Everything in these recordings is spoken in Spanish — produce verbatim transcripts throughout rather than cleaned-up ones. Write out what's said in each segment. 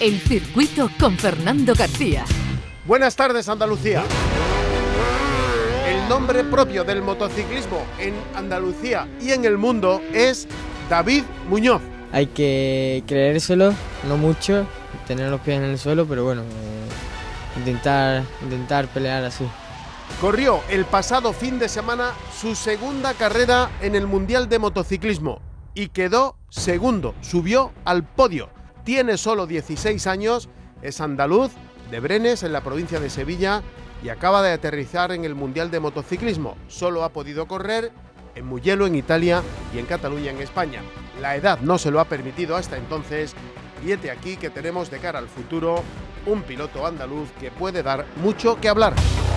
El circuito con Fernando García. Buenas tardes, Andalucía. El nombre propio del motociclismo en Andalucía y en el mundo es David Muñoz. Hay que creérselo, no mucho, tener los pies en el suelo, pero bueno, eh, intentar, intentar pelear así. Corrió el pasado fin de semana su segunda carrera en el Mundial de Motociclismo y quedó segundo, subió al podio. Tiene solo dieciséis años, es andaluz, de Brenes, en la provincia de Sevilla, y acaba de aterrizar en el Mundial de Motociclismo. Solo ha podido correr en Mugello, en Italia, y en Cataluña, en España. La edad no se lo ha permitido hasta entonces, y hete aquí que tenemos de cara al futuro un piloto andaluz que puede dar mucho que hablar.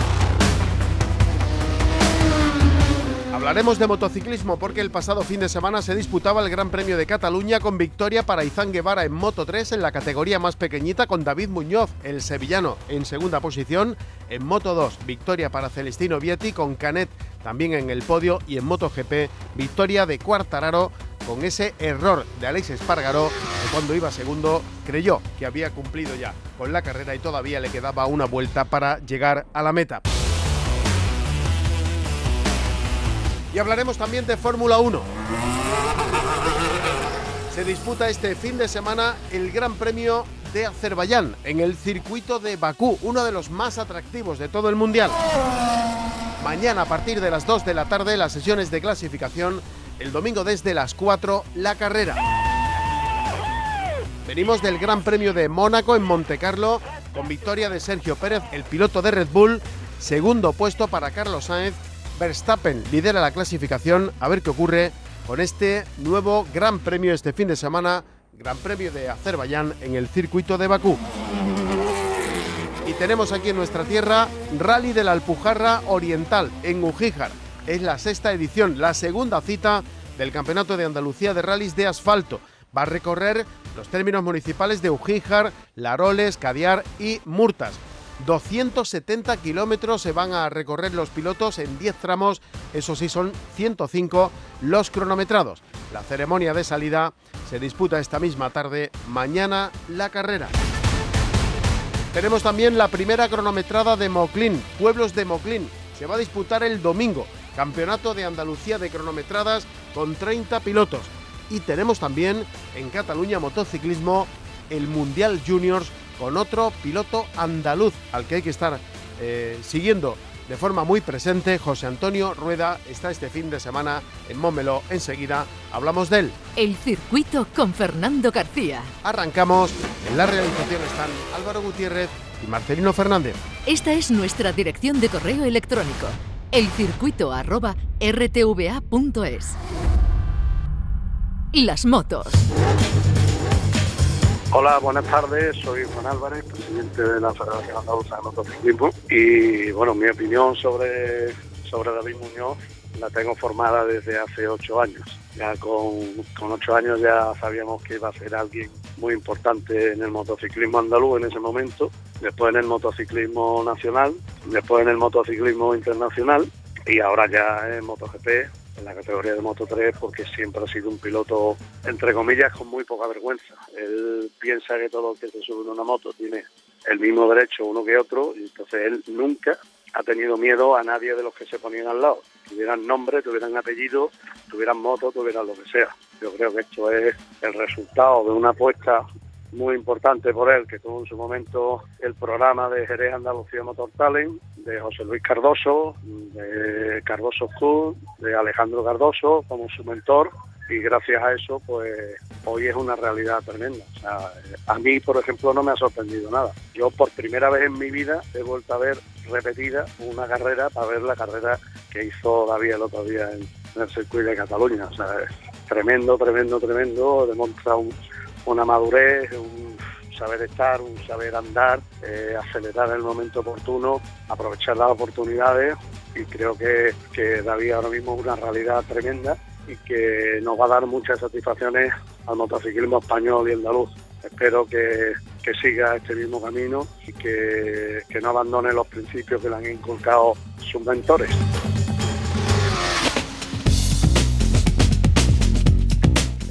Hablaremos de motociclismo porque el pasado fin de semana se disputaba el Gran Premio de Cataluña con victoria para Izan Guevara en Moto tres en la categoría más pequeñita, con David Muñoz, el sevillano, en segunda posición. En Moto dos, victoria para Celestino Vietti con Canet también en el podio, y en MotoGP, victoria de Quartararo con ese error de Aleix Espargaró, que cuando iba segundo creyó que había cumplido ya con la carrera y todavía le quedaba una vuelta para llegar a la meta. Y hablaremos también de Fórmula uno. Se disputa este fin de semana el Gran Premio de Azerbaiyán en el circuito de Bakú, uno de los más atractivos de todo el Mundial. Mañana a partir de las dos de la tarde las sesiones de clasificación, el domingo desde las cuatro la carrera. Venimos del Gran Premio de Mónaco en Montecarlo con victoria de Sergio Pérez, el piloto de Red Bull, segundo puesto para Carlos Sainz. Verstappen lidera la clasificación. A ver qué ocurre con este nuevo Gran Premio este fin de semana, Gran Premio de Azerbaiyán en el circuito de Bakú. Y tenemos aquí en nuestra tierra Rally de la Alpujarra Oriental en Ugíjar. Es la sexta edición, la segunda cita del Campeonato de Andalucía de Rallys de Asfalto. Va a recorrer los términos municipales de Ugíjar, Laroles, Cadiar y Murtas. doscientos setenta kilómetros se van a recorrer los pilotos en diez tramos, eso sí, son ciento cinco los cronometrados. La ceremonia de salida se disputa esta misma tarde, mañana la carrera. Tenemos también la primera cronometrada de Moclín, Pueblos de Moclín. Se va a disputar el domingo, Campeonato de Andalucía de cronometradas con treinta pilotos. Y tenemos también en Cataluña Motociclismo el Mundial Juniors, con otro piloto andaluz al que hay que estar eh, siguiendo de forma muy presente. José Antonio Rueda está este fin de semana en Montmeló. Enseguida hablamos de él. El circuito con Fernando García. Arrancamos. En la realización están Álvaro Gutiérrez y Marcelino Fernández. Esta es nuestra dirección de correo electrónico: elcircuito arroba r t v a punto es. Las motos. Hola, buenas tardes, soy Juan Álvarez, presidente de la Federación Andaluza de Motociclismo, y bueno, mi opinión sobre, sobre David Muñoz la tengo formada desde hace ocho años. Ya con, con ocho años ya sabíamos que iba a ser alguien muy importante en el motociclismo andaluz en ese momento, después en el motociclismo nacional, después en el motociclismo internacional y ahora ya en MotoGP, en la categoría de Moto tres, porque siempre ha sido un piloto, entre comillas, con muy poca vergüenza. Él piensa que todo el que se sube en una moto tiene el mismo derecho uno que otro, y entonces él nunca ha tenido miedo a nadie de los que se ponían al lado. Tuvieran nombre, tuvieran apellido, tuvieran moto, tuvieran lo que sea. Yo creo que esto es el resultado de una apuesta muy importante por él, que tuvo en su momento el programa de Jerez Andalucía Motor Talent, de José Luis Cardoso, de Cardoso School, de Alejandro Cardoso como su mentor, y gracias a eso pues hoy es una realidad tremenda. O sea, a mí, por ejemplo, no me ha sorprendido nada. Yo por primera vez en mi vida he vuelto a ver repetida una carrera, para ver la carrera que hizo David el otro día en, en el circuito de Cataluña. O sea, es tremendo, tremendo, tremendo, demuestra un una madurez, un saber estar, un saber andar, eh, acelerar en el momento oportuno, aprovechar las oportunidades, y creo que, que David ahora mismo es una realidad tremenda y que nos va a dar muchas satisfacciones al motociclismo español y andaluz. Espero que, que siga este mismo camino y que, que no abandone los principios que le han inculcado sus mentores.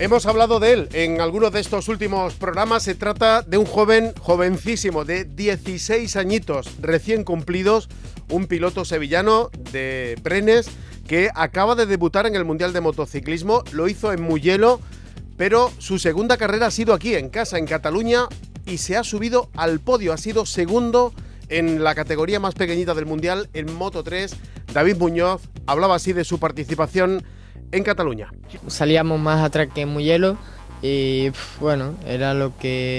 Hemos hablado de él en algunos de estos últimos programas. Se trata de un joven jovencísimo de dieciséis añitos recién cumplidos, un piloto sevillano de Brenes que acaba de debutar en el Mundial de Motociclismo. Lo hizo en Mugello, pero su segunda carrera ha sido aquí, en casa, en Cataluña, y se ha subido al podio. Ha sido segundo en la categoría más pequeñita del Mundial, en Moto tres. David Muñoz hablaba así de su participación en Cataluña. Salíamos más atrás que en Mugello y pff, bueno, era lo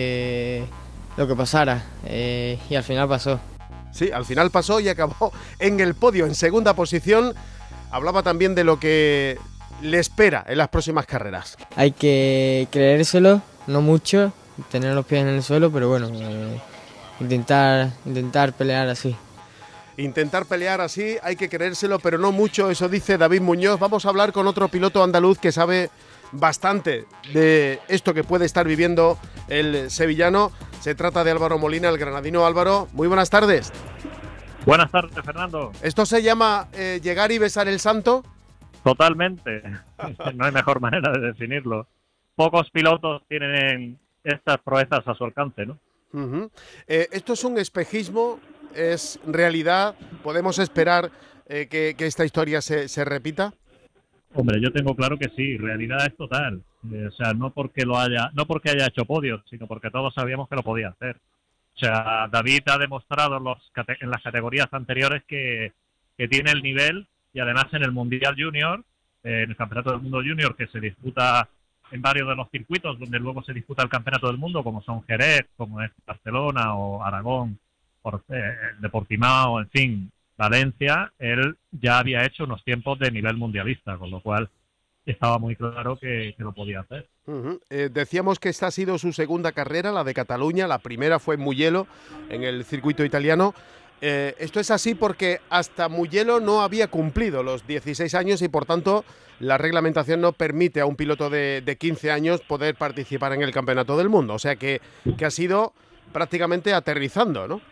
que lo que pasara eh, y al final pasó. Sí, al final pasó y acabó en el podio, en segunda posición. Hablaba también de lo que le espera en las próximas carreras. Hay que creérselo, no mucho, tener los pies en el suelo, pero bueno, eh, intentar, intentar pelear así. Intentar pelear así, hay que creérselo, pero no mucho, eso dice David Muñoz. Vamos a hablar con otro piloto andaluz que sabe bastante de esto que puede estar viviendo el sevillano. Se trata de Álvaro Molina, el granadino. Álvaro, muy buenas tardes. Buenas tardes, Fernando. ¿Esto se llama eh, llegar y besar el santo? Totalmente. No hay mejor manera de definirlo. Pocos pilotos tienen estas proezas a su alcance, ¿no? Uh-huh. eh, ¿Esto es un espejismo? ¿Es realidad? ¿Podemos esperar eh, que, que esta historia se, se repita? Hombre, yo tengo claro que sí, realidad es total. Eh, o sea, no porque lo haya, no porque haya hecho podios, sino porque todos sabíamos que lo podía hacer. O sea, David ha demostrado en, los, en las categorías anteriores que, que tiene el nivel, y además en el Mundial Junior, eh, en el Campeonato del Mundo Junior, que se disputa en varios de los circuitos donde luego se disputa el Campeonato del Mundo, como son Jerez, como es Barcelona o Aragón, por, eh, de Portimao, en fin, Valencia, él ya había hecho unos tiempos de nivel mundialista, con lo cual estaba muy claro que, que lo podía hacer. Uh-huh. eh, decíamos que esta ha sido su segunda carrera, la de Cataluña. La primera fue en Mugello, en el circuito italiano. Eh, esto es así porque hasta Mugello no había cumplido los dieciséis años y por tanto la reglamentación no permite a un piloto de, de quince años poder participar en el Campeonato del Mundo. O sea que, que ha sido prácticamente aterrizando, ¿no?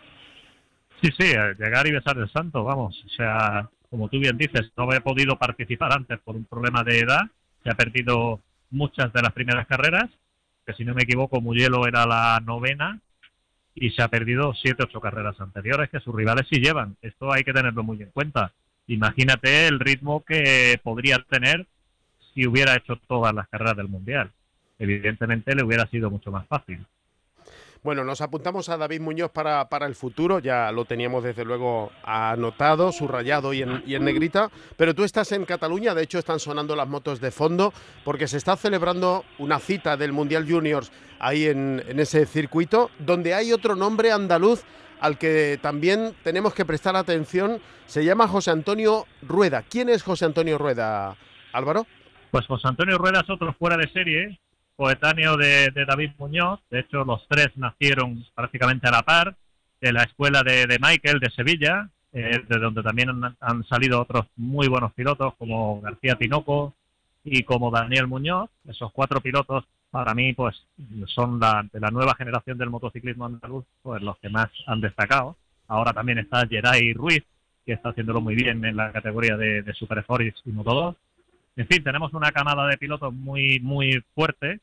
Sí, sí, llegar y besar el santo, vamos. O sea, como tú bien dices, no he podido participar antes por un problema de edad. Se ha perdido muchas de las primeras carreras, que si no me equivoco, Mugello era la novena, y se ha perdido siete, ocho carreras anteriores que sus rivales sí llevan. Esto hay que tenerlo muy en cuenta. Imagínate el ritmo que podría tener si hubiera hecho todas las carreras del Mundial. Evidentemente le hubiera sido mucho más fácil. Bueno, nos apuntamos a David Muñoz para, para el futuro, ya lo teníamos desde luego anotado, subrayado y en, y en negrita, pero tú estás en Cataluña, de hecho están sonando las motos de fondo, porque se está celebrando una cita del Mundial Juniors ahí en, en ese circuito, donde hay otro nombre andaluz al que también tenemos que prestar atención, se llama José Antonio Rueda. ¿Quién es José Antonio Rueda, Álvaro? Pues José Antonio Rueda es otro fuera de serie, coetáneo de, de David Muñoz. De hecho, los tres nacieron prácticamente a la par, de la escuela de, de Michael de Sevilla, eh, de donde también han, han salido otros muy buenos pilotos como García Tinoco y como Daniel Muñoz. Esos cuatro pilotos, para mí, pues son la, de la nueva generación del motociclismo andaluz, pues los que más han destacado. Ahora también está Geray Ruiz, que está haciéndolo muy bien en la categoría de, de Super Sport y Moto dos. En fin, tenemos una camada de pilotos muy muy fuerte,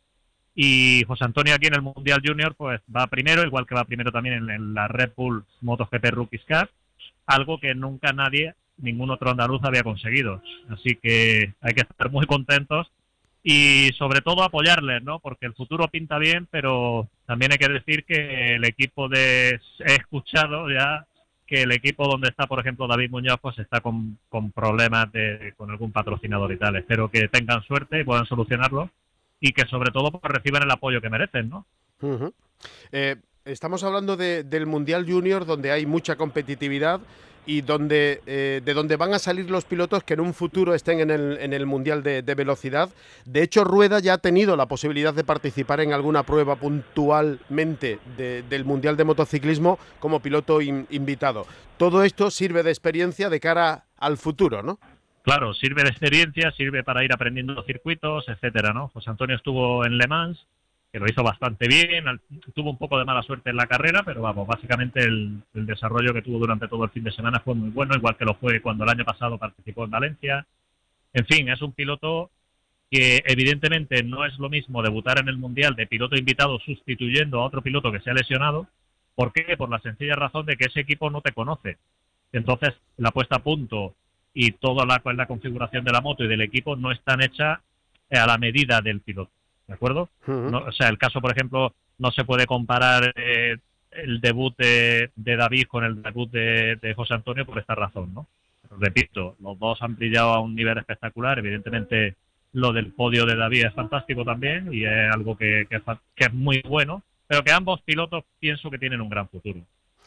y José Antonio aquí en el Mundial Junior pues va primero, igual que va primero también en, en la Red Bull MotoGP Rookies Cup, algo que nunca nadie, ningún otro andaluz había conseguido. Así que hay que estar muy contentos y sobre todo apoyarles, ¿no? Porque el futuro pinta bien, pero también hay que decir que el equipo de... He escuchado ya que el equipo donde está, por ejemplo, David Muñoz, pues está con, con problemas de, con algún patrocinador y tal. Espero que tengan suerte y puedan solucionarlo y que sobre todo pues, reciban el apoyo que merecen, ¿no? Uh-huh. eh, estamos hablando de, del Mundial Junior, donde hay mucha competitividad y donde eh, de donde van a salir los pilotos que en un futuro estén en el, en el Mundial de, de Velocidad. De hecho, Rueda ya ha tenido la posibilidad de participar en alguna prueba puntualmente de, del Mundial de Motociclismo como piloto in, invitado. Todo esto sirve de experiencia de cara al futuro, ¿no? Claro, sirve de experiencia, sirve para ir aprendiendo los circuitos, etcétera, ¿no? José Antonio estuvo en Le Mans, que lo hizo bastante bien, tuvo un poco de mala suerte en la carrera, pero vamos, básicamente el, el desarrollo que tuvo durante todo el fin de semana fue muy bueno, igual que lo fue cuando el año pasado participó en Valencia. En fin, es un piloto que evidentemente no es lo mismo debutar en el Mundial de piloto invitado sustituyendo a otro piloto que se ha lesionado. ¿Por qué? Por la sencilla razón de que ese equipo no te conoce. Entonces, la puesta a punto y toda la, la configuración de la moto y del equipo no están hechas a la medida del piloto, ¿de acuerdo? Uh-huh. No, o sea, el caso, por ejemplo, no se puede comparar eh, el debut de, de David con el debut de, de José Antonio por esta razón, ¿no? Repito, los dos han brillado a un nivel espectacular. Evidentemente, lo del podio de David es fantástico también y es algo que, que, es, que es muy bueno, pero que ambos pilotos pienso que tienen un gran futuro.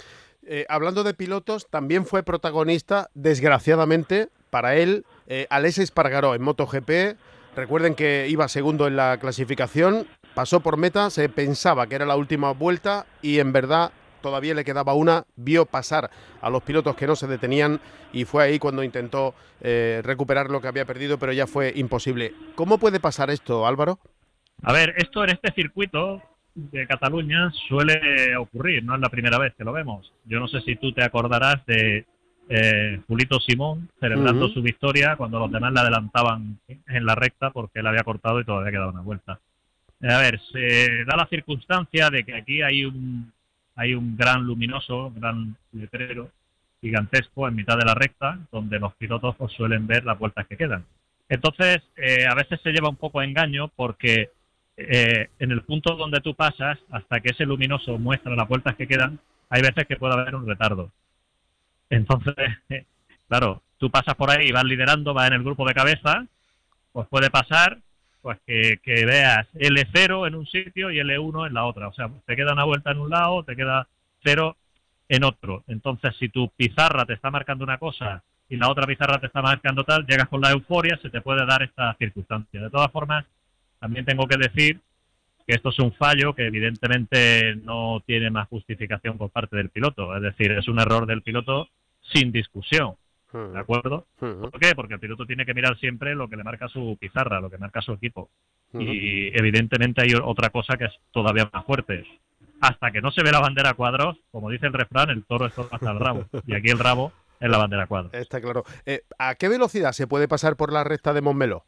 Eh, hablando de pilotos, también fue protagonista, desgraciadamente, para él, eh, Aleix Espargaró en MotoGP. Recuerden que iba segundo en la clasificación, pasó por meta, se pensaba que era la última vuelta y en verdad todavía le quedaba una, vio pasar a los pilotos que no se detenían y fue ahí cuando intentó eh, recuperar lo que había perdido, pero ya fue imposible. ¿Cómo puede pasar esto, Álvaro? A ver, esto en este circuito de Cataluña suele ocurrir, no es la primera vez que lo vemos. Yo no sé si tú te acordarás de eh, Julito Simón celebrando uh-huh. su victoria cuando los demás le adelantaban en la recta porque él había cortado y todavía quedaba una vuelta. A ver, se da la circunstancia de que aquí hay un hay un gran luminoso, un gran letrero gigantesco en mitad de la recta donde los pilotos pues, suelen ver las vueltas que quedan. Entonces, eh, a veces se lleva un poco a engaño porque eh, en el punto donde tú pasas, hasta que ese luminoso muestra las vueltas que quedan, hay veces que puede haber un retardo. Entonces, eh, claro, tú pasas por ahí y vas liderando, vas en el grupo de cabeza, pues puede pasar pues que, que veas L cero en un sitio y L uno en la otra. O sea, te queda una vuelta en un lado, te queda cero en otro. Entonces, si tu pizarra te está marcando una cosa y la otra pizarra te está marcando tal, llegas con la euforia, se te puede dar esta circunstancia. De todas formas, también tengo que decir que esto es un fallo que evidentemente no tiene más justificación por parte del piloto. Es decir, es un error del piloto sin discusión. ¿De acuerdo? ¿Por qué? Porque el piloto tiene que mirar siempre lo que le marca su pizarra, lo que marca su equipo. Uh-huh. Y evidentemente hay otra cosa que es todavía más fuerte. Hasta que no se ve la bandera a cuadros, como dice el refrán, el toro es toro hasta el rabo. Y aquí el rabo es la bandera a cuadros. Está claro. Eh, ¿A qué velocidad se puede pasar por la recta de Montmeló?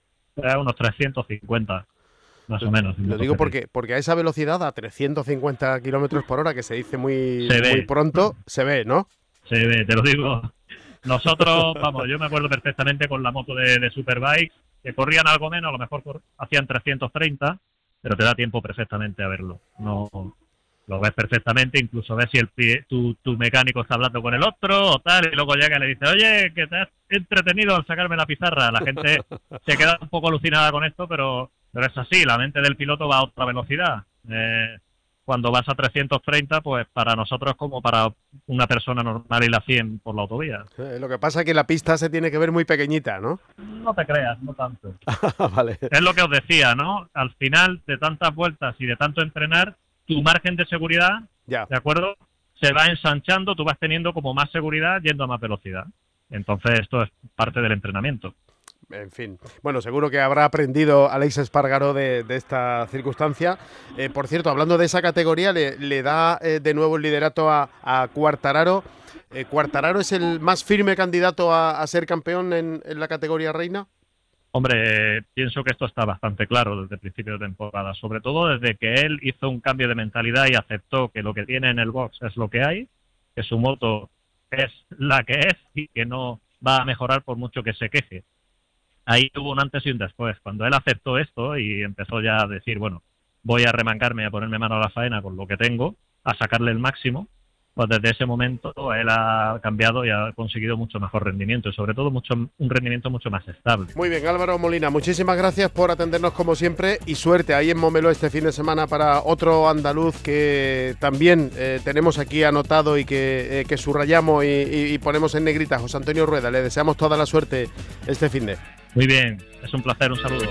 A unos trescientos cincuenta, más o menos. Lo digo porque, porque a esa velocidad, a trescientos cincuenta kilómetros por hora, que se dice muy, muy pronto, se ve, ¿no? Se ve, te lo digo. Nosotros, vamos, yo me acuerdo perfectamente con la moto de, de Superbike, que corrían algo menos, a lo mejor por, hacían trescientos treinta, pero te da tiempo perfectamente a verlo. No lo ves perfectamente, incluso ves si el pie, tu, tu mecánico está hablando con el otro o tal, y luego llega y le dice, oye, que te has entretenido al sacarme la pizarra. La gente se queda un poco alucinada con esto, pero, pero es así, la mente del piloto va a otra velocidad. Eh, Cuando vas a trescientos treinta, pues para nosotros como para una persona normal y la cien por la autovía. Eh, lo que pasa es que la pista se tiene que ver muy pequeñita, ¿no? No te creas, no tanto. Vale. Es lo que os decía, ¿no? Al final de tantas vueltas y de tanto entrenar, tu margen de seguridad, ya. ¿de acuerdo? Se va ensanchando, tú vas teniendo como más seguridad yendo a más velocidad. Entonces esto es parte del entrenamiento. En fin, bueno, seguro que habrá aprendido Aleix Espargaró de, de esta circunstancia. Eh, por cierto, hablando de esa categoría, le, le da eh, de nuevo el liderato a, a Quartararo. Eh, ¿Quartararo es el más firme candidato a, a ser campeón en, en la categoría reina? Hombre, eh, pienso que esto está bastante claro desde el principio de temporada, sobre todo desde que él hizo un cambio de mentalidad y aceptó que lo que tiene en el box es lo que hay, que su moto es la que es y que no va a mejorar por mucho que se queje. Ahí hubo un antes y un después. Cuando él aceptó esto y empezó ya a decir, bueno, voy a remangarme, a ponerme mano a la faena con lo que tengo, a sacarle el máximo, pues desde ese momento él ha cambiado y ha conseguido mucho mejor rendimiento y sobre todo mucho un rendimiento mucho más estable. Muy bien, Álvaro Molina, muchísimas gracias por atendernos como siempre y suerte ahí en Montmeló este fin de semana para otro andaluz que también eh, tenemos aquí anotado y que, eh, que subrayamos y, y, y ponemos en negrita. José Antonio Rueda, le deseamos toda la suerte este fin de. Muy bien, es un placer, un saludo.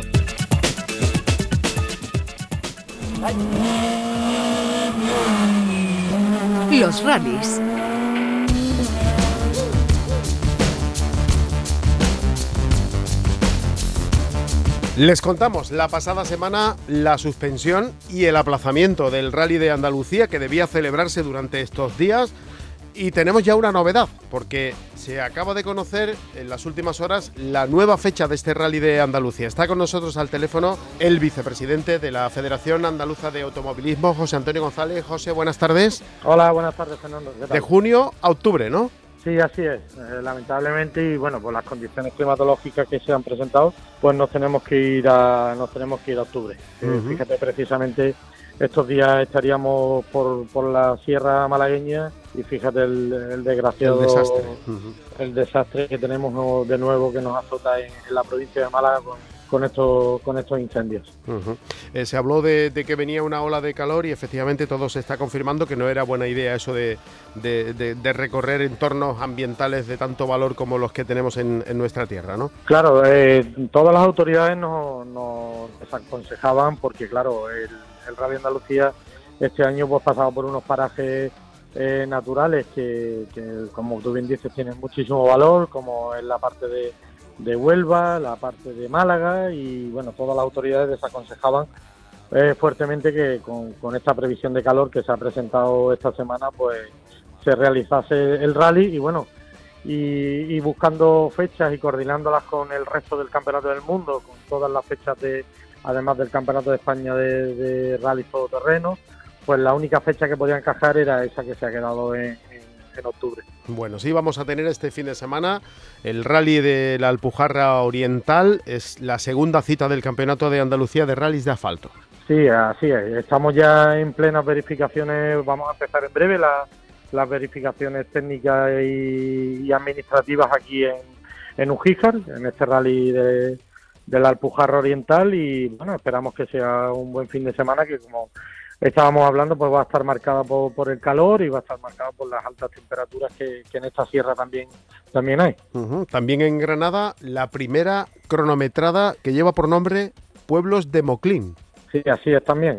Los rallies. Les contamos la pasada semana la suspensión y el aplazamiento del Rally de Andalucía que debía celebrarse durante estos días. Y tenemos ya una novedad, porque se acaba de conocer en las últimas horas la nueva fecha de este Rally de Andalucía. Está con nosotros al teléfono el vicepresidente de la Federación Andaluza de Automovilismo, José Antonio González. José, buenas tardes. Hola, buenas tardes, Fernando. ¿Qué tal? De junio a octubre, ¿no? Sí, así es. Eh, lamentablemente, y bueno, por las condiciones climatológicas que se han presentado, pues nos tenemos que ir a, nos tenemos que ir a octubre. Uh-huh. eh, fíjate, precisamente estos días estaríamos por, por la Sierra Malagueña y fíjate el, el desgraciado el desastre. Uh-huh. el desastre que tenemos de nuevo que nos azota en, en la provincia de Málaga con, con estos con estos incendios. Uh-huh. Eh, se habló de, de que venía una ola de calor y efectivamente todo se está confirmando que no era buena idea eso de, de, de, de recorrer entornos ambientales de tanto valor como los que tenemos en, en nuestra tierra, ¿no? Claro, eh, todas las autoridades nos, nos aconsejaban porque claro, el El Rally Andalucía este año pues pasado por unos parajes eh, naturales que, que, como tú bien dices, tienen muchísimo valor, como es la parte de, de Huelva, la parte de Málaga, y bueno, todas las autoridades desaconsejaban eh, fuertemente que con, con esta previsión de calor que se ha presentado esta semana, pues se realizase el rally y bueno, y, y buscando fechas y coordinándolas con el resto del Campeonato del Mundo, con todas las fechas de además del Campeonato de España de, de Rally Todoterreno, pues la única fecha que podía encajar era esa que se ha quedado en, en, en octubre. Bueno, sí, vamos a tener este fin de semana el Rally de la Alpujarra Oriental, es la segunda cita del Campeonato de Andalucía de Rallys de Asfalto. Sí, así es, estamos ya en plenas verificaciones, vamos a empezar en breve la, las verificaciones técnicas y, y administrativas aquí en, en Ujíjar, en este Rally de... de la Alpujarra Oriental y bueno, esperamos que sea un buen fin de semana que como estábamos hablando pues va a estar marcada por, por el calor y va a estar marcada por las altas temperaturas que, que en esta sierra también, también hay. Uh-huh. También en Granada la primera cronometrada que lleva por nombre Pueblos de Moclín. Sí, así es también.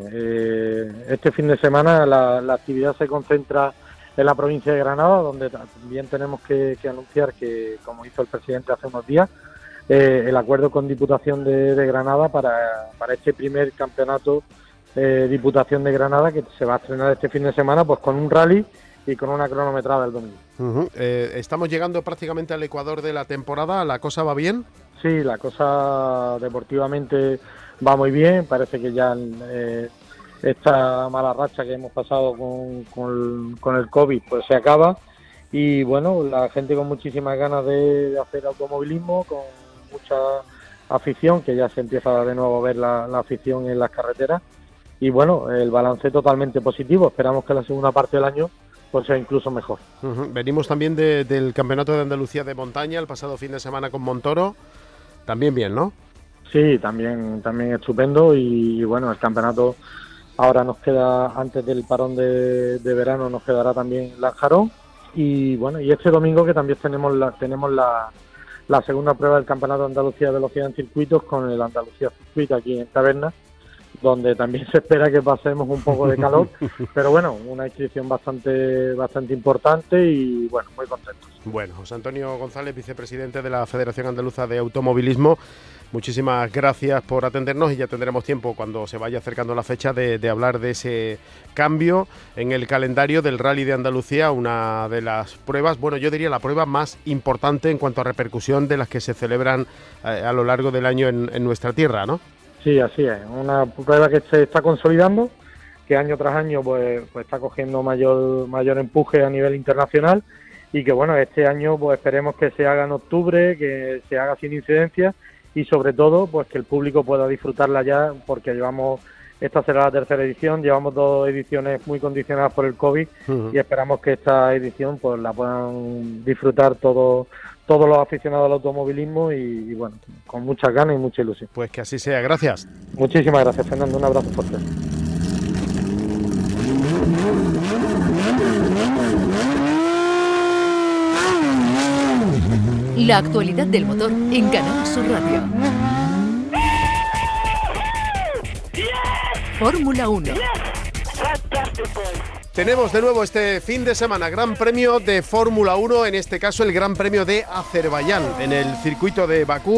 Eh, este fin de semana la, la actividad se concentra en la provincia de Granada, donde también tenemos que, que anunciar que, como hizo el presidente hace unos días, Eh, el acuerdo con Diputación de, de Granada para, para este primer campeonato eh, Diputación de Granada que se va a estrenar este fin de semana pues con un rally y con una cronometrada el domingo. Uh-huh. Eh, estamos llegando prácticamente al ecuador de la temporada, ¿la cosa va bien? Sí, la cosa deportivamente va muy bien, parece que ya eh, esta mala racha que hemos pasado con, con, con el COVID pues se acaba y bueno, la gente con muchísimas ganas de, de hacer automovilismo, con mucha afición, que ya se empieza de nuevo a ver la, la afición en las carreteras y bueno, el balance totalmente positivo, esperamos que la segunda parte del año pues sea incluso mejor. Uh-huh. Venimos también de, del Campeonato de Andalucía de Montaña el pasado fin de semana con Montoro, también bien, ¿no? Sí, también, también estupendo y, y bueno, el campeonato ahora nos queda, antes del parón de, de verano nos quedará también Lanjarón y bueno, y este domingo que también tenemos la, tenemos la la segunda prueba del Campeonato de Andalucía de Velocidad en Circuitos con el Andalucía Circuito aquí en Taberna, donde también se espera que pasemos un poco de calor, pero bueno, una inscripción bastante bastante importante y bueno, muy contentos. Bueno, José Antonio González, vicepresidente de la Federación Andaluza de Automovilismo, muchísimas gracias por atendernos y ya tendremos tiempo cuando se vaya acercando la fecha de, de hablar de ese cambio en el calendario del Rally de Andalucía, una de las pruebas, bueno, yo diría la prueba más importante en cuanto a repercusión de las que se celebran eh, a lo largo del año en, en nuestra tierra, ¿no? Sí, así es, una prueba que se está consolidando, que año tras año pues, pues está cogiendo mayor mayor empuje a nivel internacional y que bueno, este año pues esperemos que se haga en octubre, que se haga sin incidencias y sobre todo pues que el público pueda disfrutarla ya porque llevamos, esta será la tercera edición, llevamos dos ediciones muy condicionadas por el COVID uh-huh. y esperamos que esta edición pues la puedan disfrutar todos todos los aficionados al automovilismo y, y bueno, con muchas ganas y mucha ilusión. Pues que así sea, gracias. Muchísimas gracias, Fernando, un abrazo fuerte. La actualidad del motor en Canal Sur Radio. Fórmula uno. Tenemos de nuevo este fin de semana Gran Premio de Fórmula uno, en este caso el Gran Premio de Azerbaiyán, en el circuito de Bakú.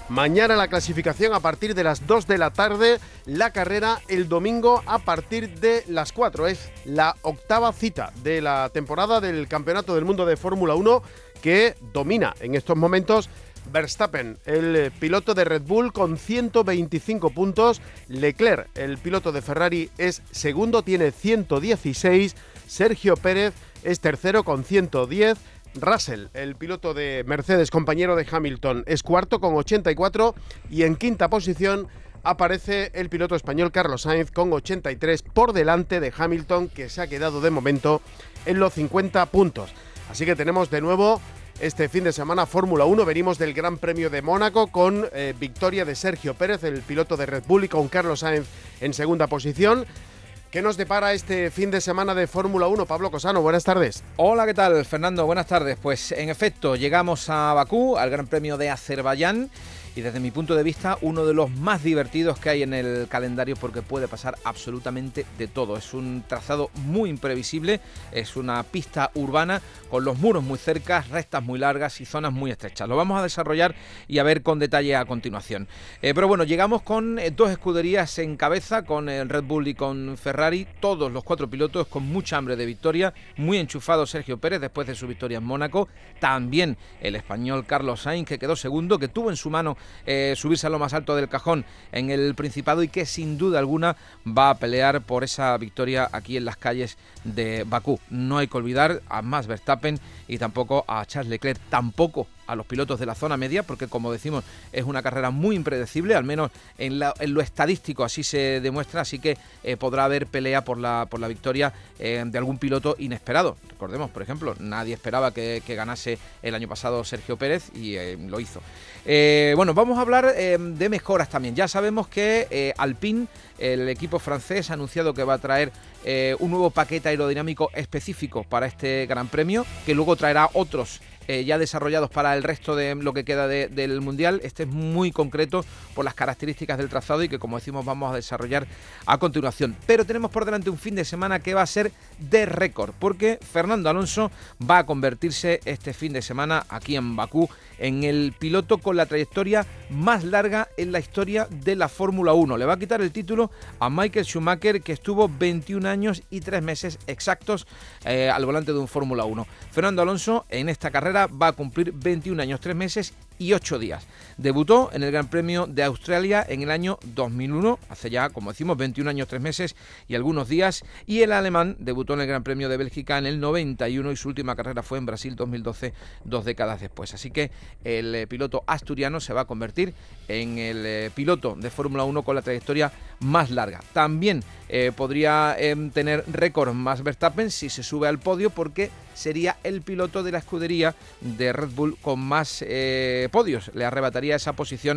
Mañana la clasificación a partir de las dos de la tarde, la carrera el domingo a partir de las cuatro. Es la octava cita de la temporada del Campeonato del Mundo de Fórmula uno que domina en estos momentos Verstappen, el piloto de Red Bull, con ciento veinticinco puntos. Leclerc, el piloto de Ferrari, es segundo, tiene ciento dieciséis. Sergio Pérez es tercero con ciento diez. Russell, el piloto de Mercedes, compañero de Hamilton, es cuarto con ochenta y cuatro. Y en quinta posición aparece el piloto español Carlos Sainz con ochenta y tres, por delante de Hamilton, que se ha quedado de momento en los cincuenta puntos. Así que tenemos de nuevo este fin de semana Fórmula uno. Venimos del Gran Premio de Mónaco con eh, victoria de Sergio Pérez, el piloto de Red Bull, y con Carlos Sainz en segunda posición. ¿Qué nos depara este fin de semana de Fórmula uno? Pablo Cosano, buenas tardes. Hola, ¿qué tal, Fernando? Buenas tardes. Pues en efecto, llegamos a Bakú, al Gran Premio de Azerbaiyán, y desde mi punto de vista, uno de los más divertidos que hay en el calendario, porque puede pasar absolutamente de todo. Es un trazado muy imprevisible, es una pista urbana con los muros muy cerca, rectas muy largas y zonas muy estrechas. Lo vamos a desarrollar y a ver con detalle a continuación. Eh, pero bueno, llegamos con eh, dos escuderías en cabeza, con el Red Bull y con Ferrari, todos los cuatro pilotos con mucha hambre de victoria, muy enchufado Sergio Pérez después de su victoria en Mónaco, también el español Carlos Sainz, que quedó segundo, que tuvo en su mano Eh, subirse a lo más alto del cajón en el Principado y que sin duda alguna va a pelear por esa victoria aquí en las calles de Bakú. No hay que olvidar a Max Verstappen y tampoco a Charles Leclerc, tampoco a los pilotos de la zona media, porque como decimos es una carrera muy impredecible, al menos en, la, en lo estadístico así se demuestra, así que eh, podrá haber pelea por la, por la victoria eh, de algún piloto inesperado. Recordemos, por ejemplo, nadie esperaba que, que ganase el año pasado Sergio Pérez y eh, lo hizo. Eh, bueno, vamos a hablar eh, de mejoras también. Ya sabemos que eh, Alpine, el equipo francés, ha anunciado que va a traer eh, un nuevo paquete aerodinámico específico para este Gran Premio, que luego traerá otros Eh, ya desarrollados para el resto de lo que queda de, del Mundial. Este es muy concreto por las características del trazado y que, como decimos, vamos a desarrollar a continuación. Pero tenemos por delante un fin de semana que va a ser de récord, porque Fernando Alonso va a convertirse este fin de semana aquí en Bakú en el piloto con la trayectoria más larga en la historia de la Fórmula uno. Le va a quitar el título a Michael Schumacher, que estuvo veintiún años y tres meses exactos eh, al volante de un Fórmula uno. Fernando Alonso en esta carrera va a cumplir veintiún años, tres meses y ocho días. Debutó en el Gran Premio de Australia en el año dos mil uno, hace ya, como decimos, veintiún años, tres meses y algunos días, y el alemán debutó en el Gran Premio de Bélgica en el noventa y uno y su última carrera fue en Brasil dos mil doce, dos décadas después. Así que el eh, piloto asturiano se va a convertir en el eh, piloto de Fórmula uno con la trayectoria más larga. También eh, podría eh, tener récord Max Verstappen si se sube al podio, porque sería el piloto de la escudería de Red Bull con más eh, podios. Le arrebataría esa posición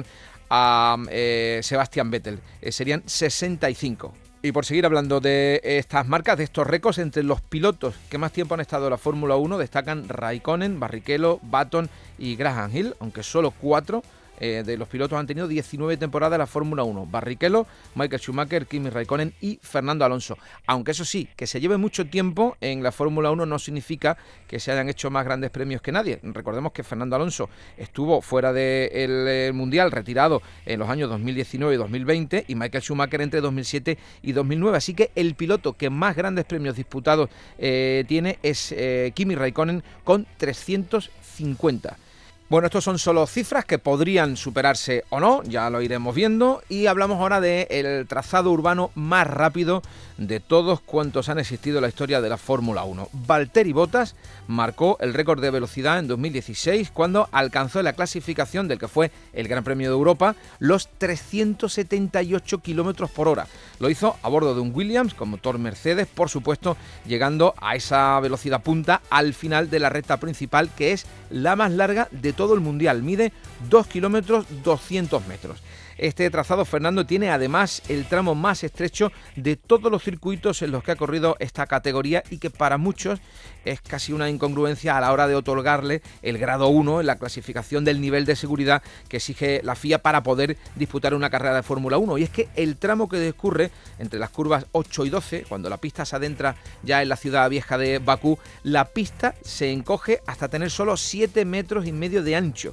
a eh, Sebastian Vettel. Eh, serían sesenta y cinco. Y por seguir hablando de estas marcas, de estos récords, entre los pilotos que más tiempo han estado en la Fórmula uno destacan Raikkonen, Barrichello, Button y Graham Hill, aunque solo cuatro Eh, de los pilotos han tenido diecinueve temporadas en la Fórmula uno. Barrichello, Michael Schumacher, Kimi Raikkonen y Fernando Alonso. Aunque eso sí, que se lleve mucho tiempo en la Fórmula uno no significa que se hayan hecho más grandes premios que nadie. Recordemos que Fernando Alonso estuvo fuera del Mundial, retirado en los años dos mil diecinueve y dos mil veinte, y Michael Schumacher entre dos mil siete y dos mil nueve. Así que el piloto que más grandes premios disputados eh, tiene es eh, Kimi Raikkonen con trescientos cincuenta. Bueno, estos son solo cifras que podrían superarse o no, ya lo iremos viendo, y hablamos ahora del trazado urbano más rápido de todos cuantos han existido en la historia de la Fórmula uno. Valtteri Bottas marcó el récord de velocidad en dos mil dieciséis cuando alcanzó en la clasificación del que fue el Gran Premio de Europa los trescientos setenta y ocho kilómetros por hora. Lo hizo a bordo de un Williams con motor Mercedes, por supuesto, llegando a esa velocidad punta al final de la recta principal, que es la más larga de todo el Mundial. Mide dos kilómetros doscientos metros. Este trazado, Fernando, tiene además el tramo más estrecho de todos los circuitos en los que ha corrido esta categoría y que para muchos es casi una incongruencia a la hora de otorgarle el grado uno en la clasificación del nivel de seguridad que exige la F I A para poder disputar una carrera de Fórmula uno. Y es que el tramo que discurre entre las curvas ocho y doce, cuando la pista se adentra ya en la ciudad vieja de Bakú, la pista se encoge hasta tener solo siete metros y medio de ancho.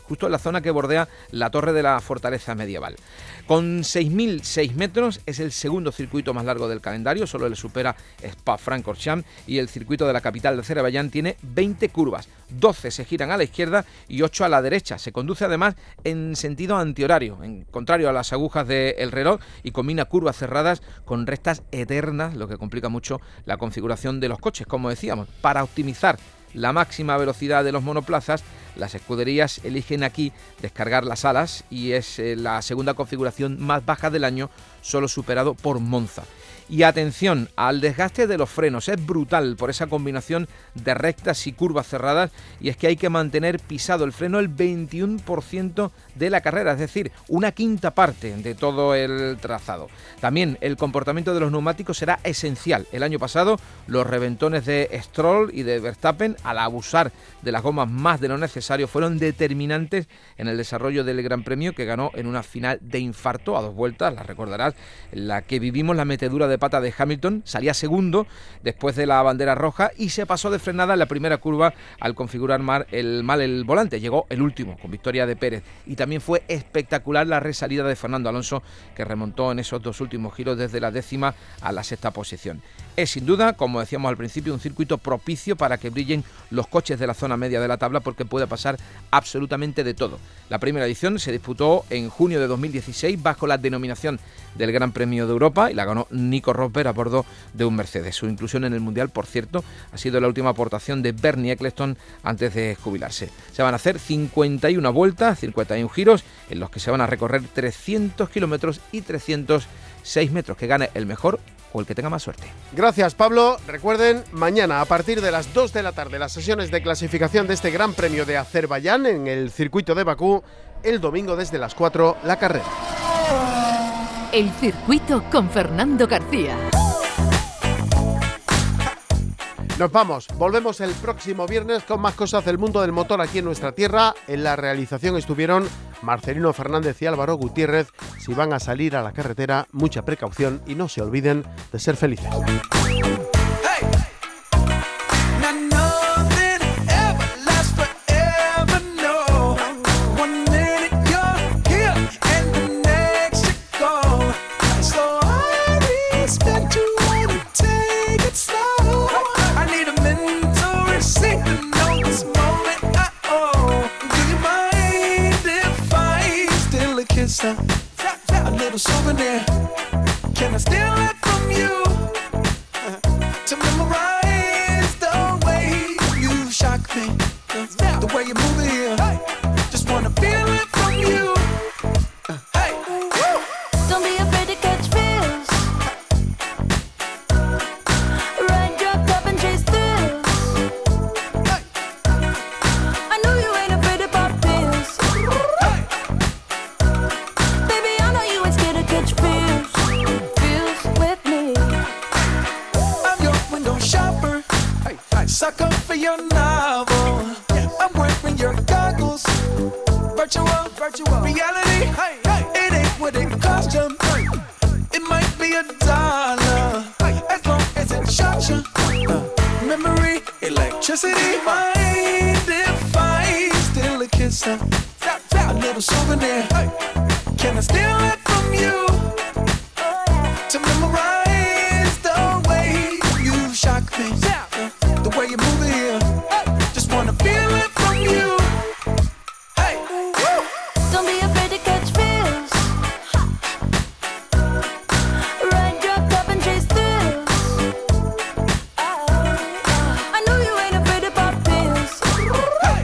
justo en la zona que bordea la torre de la fortaleza medieval. Con seis mil seis metros es el segundo circuito más largo del calendario, solo le supera Spa-Francorchamps, y el circuito de la capital de Azerbaiyán tiene veinte curvas, doce se giran a la izquierda y ocho a la derecha. Se conduce además en sentido antihorario, en contrario a las agujas del reloj, y combina curvas cerradas con rectas eternas, lo que complica mucho la configuración de los coches, como decíamos. Para optimizar la máxima velocidad de los monoplazas, las escuderías eligen aquí descargar las alas, y es eh, la segunda configuración más baja del año, solo superado por Monza. Y atención al desgaste de los frenos, es brutal por esa combinación de rectas y curvas cerradas, y es que hay que mantener pisado el freno el veintiuno por ciento de la carrera, es decir, una quinta parte de todo el trazado. También el comportamiento de los neumáticos será esencial. El año pasado los reventones de Stroll y de Verstappen, al abusar de las gomas más de lo necesario, fueron determinantes en el desarrollo del Gran Premio, que ganó en una final de infarto a dos vueltas, la recordarás, en la que vivimos la metedura de pata de Hamilton. Salía segundo después de la bandera roja y se pasó de frenada en la primera curva al configurar mal el, mal el volante. Llegó el último con victoria de Pérez, y también fue espectacular la resalida de Fernando Alonso, que remontó en esos dos últimos giros desde la décima a la sexta posición. Es sin duda, como decíamos al principio, un circuito propicio para que brillen los coches de la zona media de la tabla, porque puede pasar absolutamente de todo. La primera edición se disputó en junio de dos mil dieciséis bajo la denominación del Gran Premio de Europa, y la ganó Nico Rosberg a bordo de un Mercedes. Su inclusión en el Mundial, por cierto, ha sido la última aportación de Bernie Ecclestone antes de jubilarse. Se van a hacer cincuenta y una vueltas, cincuenta y uno giros, en los que se van a recorrer trescientos kilómetros y trescientos seis metros. Que gane el mejor o el que tenga más suerte. Gracias, Pablo. Recuerden, mañana a partir de las dos de la tarde las sesiones de clasificación de este Gran Premio de Azerbaiyán en el circuito de Bakú. El domingo desde las cuatro la carrera. El circuito con Fernando García. Nos vamos, volvemos el próximo viernes con más cosas del mundo del motor aquí en nuestra tierra. En la realización estuvieron Marcelino Fernández y Álvaro Gutiérrez. Si van a salir a la carretera, mucha precaución y no se olviden de ser felices. A little souvenir. Can I steal it from you? To memorize the way you shock me, the way you move it here. Just wanna feel it from you. Hey, don't be afraid to catch feels. Ride your cup and chase thrills. I know you ain't afraid of pop pills. Sucker for your novel. I'm wearing your goggles. Virtual, virtual reality. It ain't what it cost you. It might be a dollar, as long as it shocks you. Uh, memory, electricity. Mind if I steal a kiss? Uh, a little souvenir. Can I steal it from you? To memorize the way you shock me. The way you move it here, just wanna feel it from you. Hey, don't be afraid to catch feels. Ride your cup and chase thrills. I know you ain't afraid of pop pills. Hey,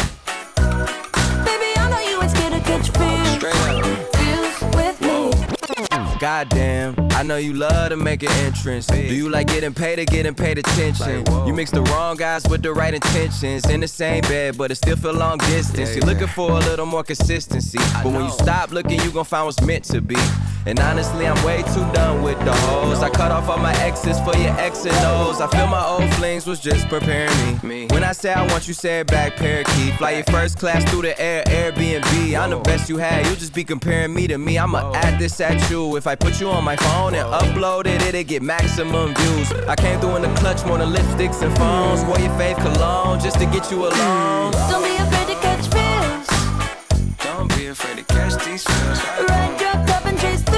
baby, I know you ain't scared to catch feels. Straight up, feels with me. Goddamn, I know you love to make an entrance. Do you like getting paid or getting paid attention? You mix the wrong guys with the right intentions. In the same bed, but it still feel long distance. You're looking for a little more consistency, but when you stop looking, you gon' find what's meant to be. And honestly, I'm way too done with the hoes. I cut off all my exes for your X and O's. I feel my old flings was just preparing me. When I say I want you, say it back, parakeet. Fly your first class through the air, Airbnb. I'm the best you had, you just be comparing me to me. I'ma add this at you. If I put you on my phone and upload it, it'll get maximum views. I came through in the clutch more than lipsticks and phones. Wore your fave cologne just to get you alone. Don't be afraid to catch feels. catch these feels. Ride your cup and chase